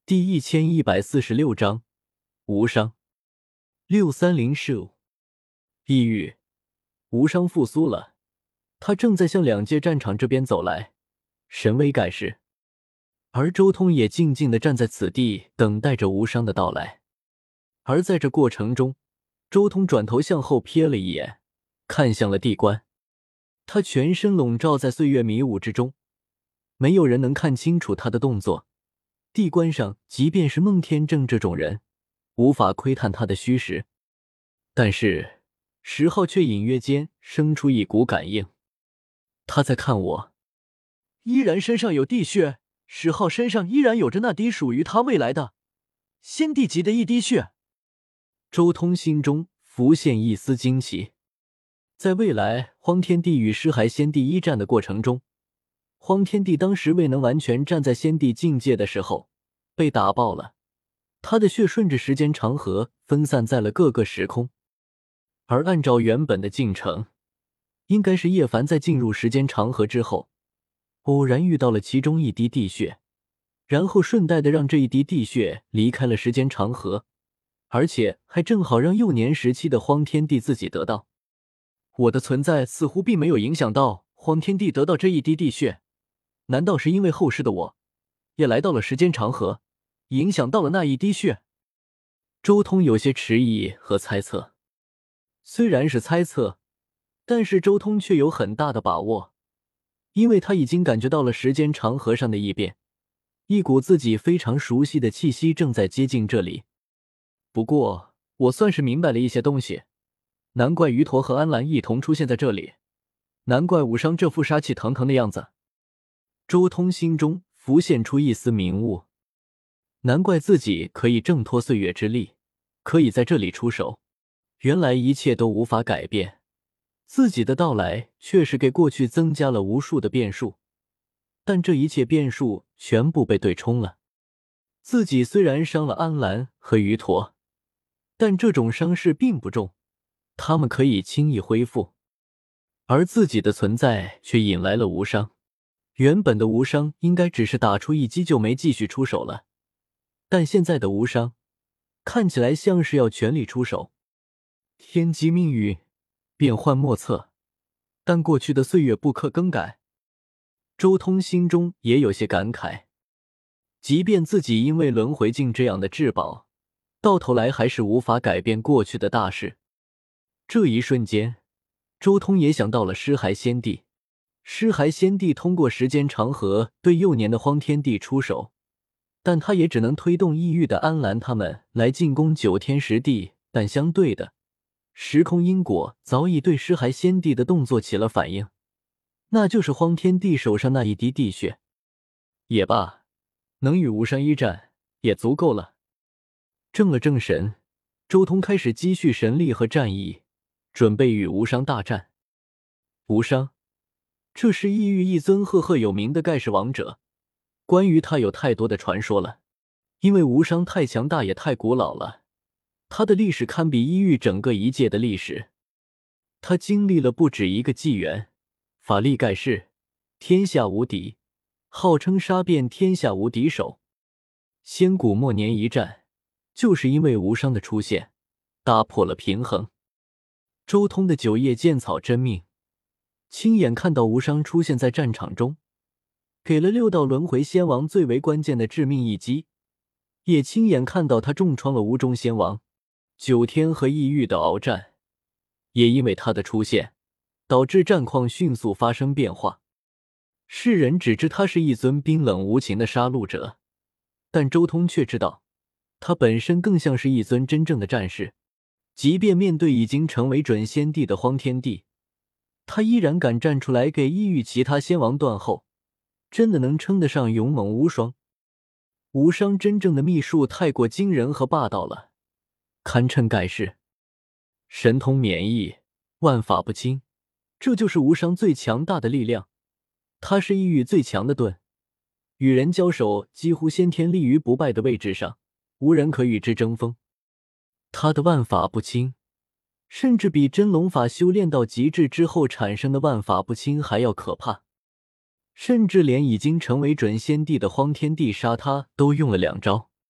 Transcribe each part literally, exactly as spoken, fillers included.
第一千一百四十六章无伤。六三零事务抑郁，无伤复苏了，他正在向两界战场这边走来，神威盖世。而周通也静静地站在此地，等待着无伤的到来。而在这过程中，周通转头向后瞥了一眼，看向了地关。他全身笼罩在岁月迷雾之中，没有人能看清楚他的动作。地关上，即便是孟天正这种人，无法窥探他的虚实。但是石浩却隐约间生出一股感应，他在看我。依然身上有地血，石浩身上依然有着那滴属于他未来的仙帝级的一滴血。周通心中浮现一丝惊奇。在未来荒天帝与尸骸仙帝一战的过程中，荒天帝当时未能完全站在仙帝境界的时候被打爆了，他的血顺着时间长河分散在了各个时空。而按照原本的进程，应该是叶凡在进入时间长河之后偶然遇到了其中一滴地血，然后顺带的让这一滴地血离开了时间长河，而且还正好让幼年时期的荒天帝自己得到。我的存在似乎并没有影响到荒天帝得到这一滴地血，难道是因为后世的我也来到了时间长河，影响到了那一滴血？周通有些迟疑和猜测。虽然是猜测，但是周通却有很大的把握，因为他已经感觉到了时间长河上的异变，一股自己非常熟悉的气息正在接近这里。不过我算是明白了一些东西，难怪鱼驼和安澜一同出现在这里，难怪无伤这副杀气腾腾的样子。周通心中浮现出一丝明悟，难怪自己可以挣脱岁月之力，可以在这里出手。原来一切都无法改变，自己的到来确实给过去增加了无数的变数，但这一切变数全部被对冲了。自己虽然伤了安澜和鱼驼，但这种伤势并不重，他们可以轻易恢复，而自己的存在却引来了无伤。原本的无伤应该只是打出一击就没继续出手了，但现在的无伤看起来像是要全力出手。天机命运，变幻莫测，但过去的岁月不可更改。周通心中也有些感慨，即便自己因为轮回镜这样的至宝，到头来还是无法改变过去的大事。这一瞬间，周通也想到了尸骸仙帝。尸骸仙帝通过时间长河对幼年的荒天帝出手，但他也只能推动抑郁的安澜他们来进攻九天十地，但相对的，时空因果早已对尸骸仙帝的动作起了反应，那就是荒天帝手上那一滴地血。也罢，能与无伤一战也足够了。正了正神，周通开始积蓄神力和战意，准备与无伤大战。无伤，这是异域一尊赫赫有名的盖世王者，关于他有太多的传说了。因为无伤太强大也太古老了，他的历史堪比异域整个一界的历史。他经历了不止一个纪元，法力盖世，天下无敌，号称杀遍天下无敌手。仙古末年一战，就是因为无伤的出现，打破了平衡。周通的九叶剑草真命，亲眼看到无伤出现在战场中，给了六道轮回仙王最为关键的致命一击，也亲眼看到他重创了无中仙王。九天和异域的鏖战，也因为他的出现，导致战况迅速发生变化。世人只知他是一尊冰冷无情的杀戮者，但周通却知道，他本身更像是一尊真正的战士。即便面对已经成为准仙帝的荒天帝，他依然敢站出来给异域其他仙王断后，真的能称得上勇猛无双。无伤真正的秘术太过惊人和霸道了，堪称盖世。神通免疫，万法不侵，这就是无伤最强大的力量。他是异域最强的盾，与人交手几乎先天立于不败的位置上，无人可与之争锋。他的万法不侵，甚至比真龙法修炼到极致之后产生的万法不侵还要可怕。甚至连已经成为准仙帝的荒天帝杀他都用了两招。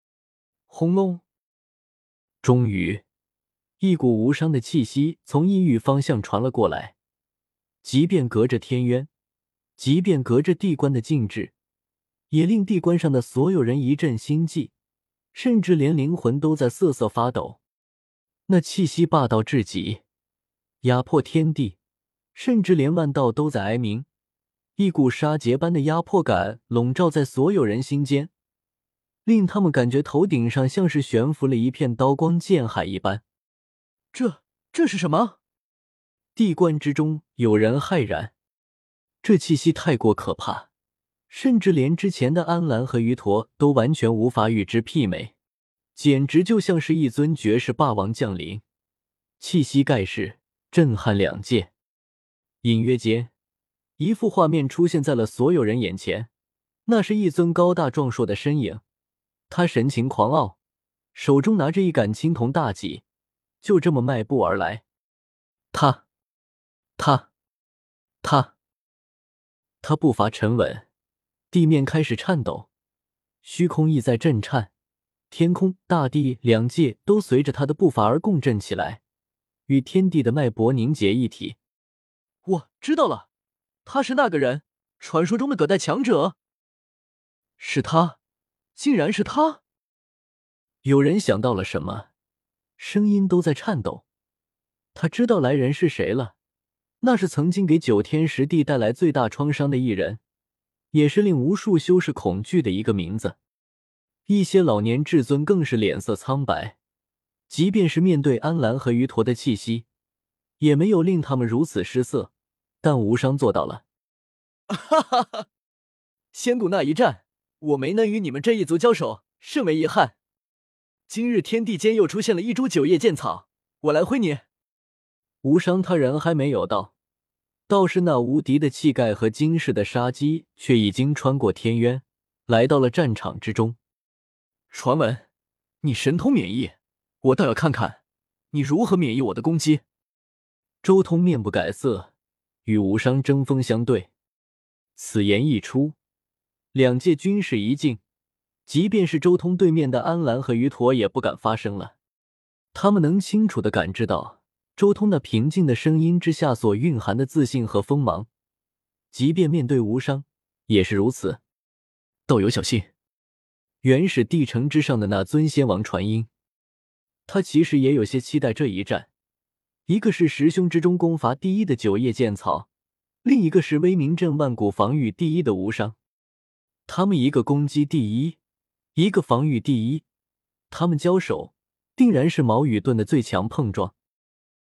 轰隆！终于，一股无伤的气息从异域方向传了过来。即便隔着天渊，即便隔着地关的禁制，也令地关上的所有人一阵心悸，甚至连灵魂都在瑟瑟发抖。那气息霸道至极，压迫天地，甚至连万道都在哀鸣。一股杀劫般的压迫感笼罩在所有人心间，令他们感觉头顶上像是悬浮了一片刀光剑海一般。 这这是什么？ 地关之中有人骇然，这气息太过可怕，甚至连之前的安澜和鱼驼都完全无法与之媲美，简直就像是一尊绝世霸王降临，气息盖世，震撼两界。隐约间，一幅画面出现在了所有人眼前，那是一尊高大壮硕的身影，他神情狂傲，手中拿着一杆青铜大戟，就这么迈步而来。他他他他步伐沉稳，地面开始颤抖，虚空亦在震颤，天空、大地两界都随着他的步伐而共振起来，与天地的脉搏凝结一体。 我知道了，他是那个人，传说中的葛代强者。是他，竟然是他！ 有人想到了什么，声音都在颤抖。他知道来人是谁了，那是曾经给九天十地带来最大创伤的一人，也是令无数修士恐惧的一个名字。一些老年至尊更是脸色苍白，即便是面对安澜和鱼驼的气息，也没有令他们如此失色，但无伤做到了。 哈哈哈！仙谷那一战，我没能与你们这一族交手，甚为遗憾。今日天地间又出现了一株九叶剑草，我来会你。 无伤他人还没有到，倒是那无敌的气概和惊世的杀机却已经穿过天渊，来到了战场之中。 传闻你神通免疫，我倒要看看你如何免疫我的攻击。 周通面不改色，与无伤针锋相对。此言一出，两界均是一静，即便是周通对面的安澜和鱼驼也不敢发声了。他们能清楚地感知到周通那平静的声音之下所蕴含的自信和锋芒，即便面对无伤也是如此。 道友小心！ 原始地城之上的那尊仙王传音，他其实也有些期待这一战。一个是十兄之中攻伐第一的九叶剑草，另一个是威名震万古防御第一的无伤。他们一个攻击第一，一个防御第一，他们交手定然是矛与盾的最强碰撞。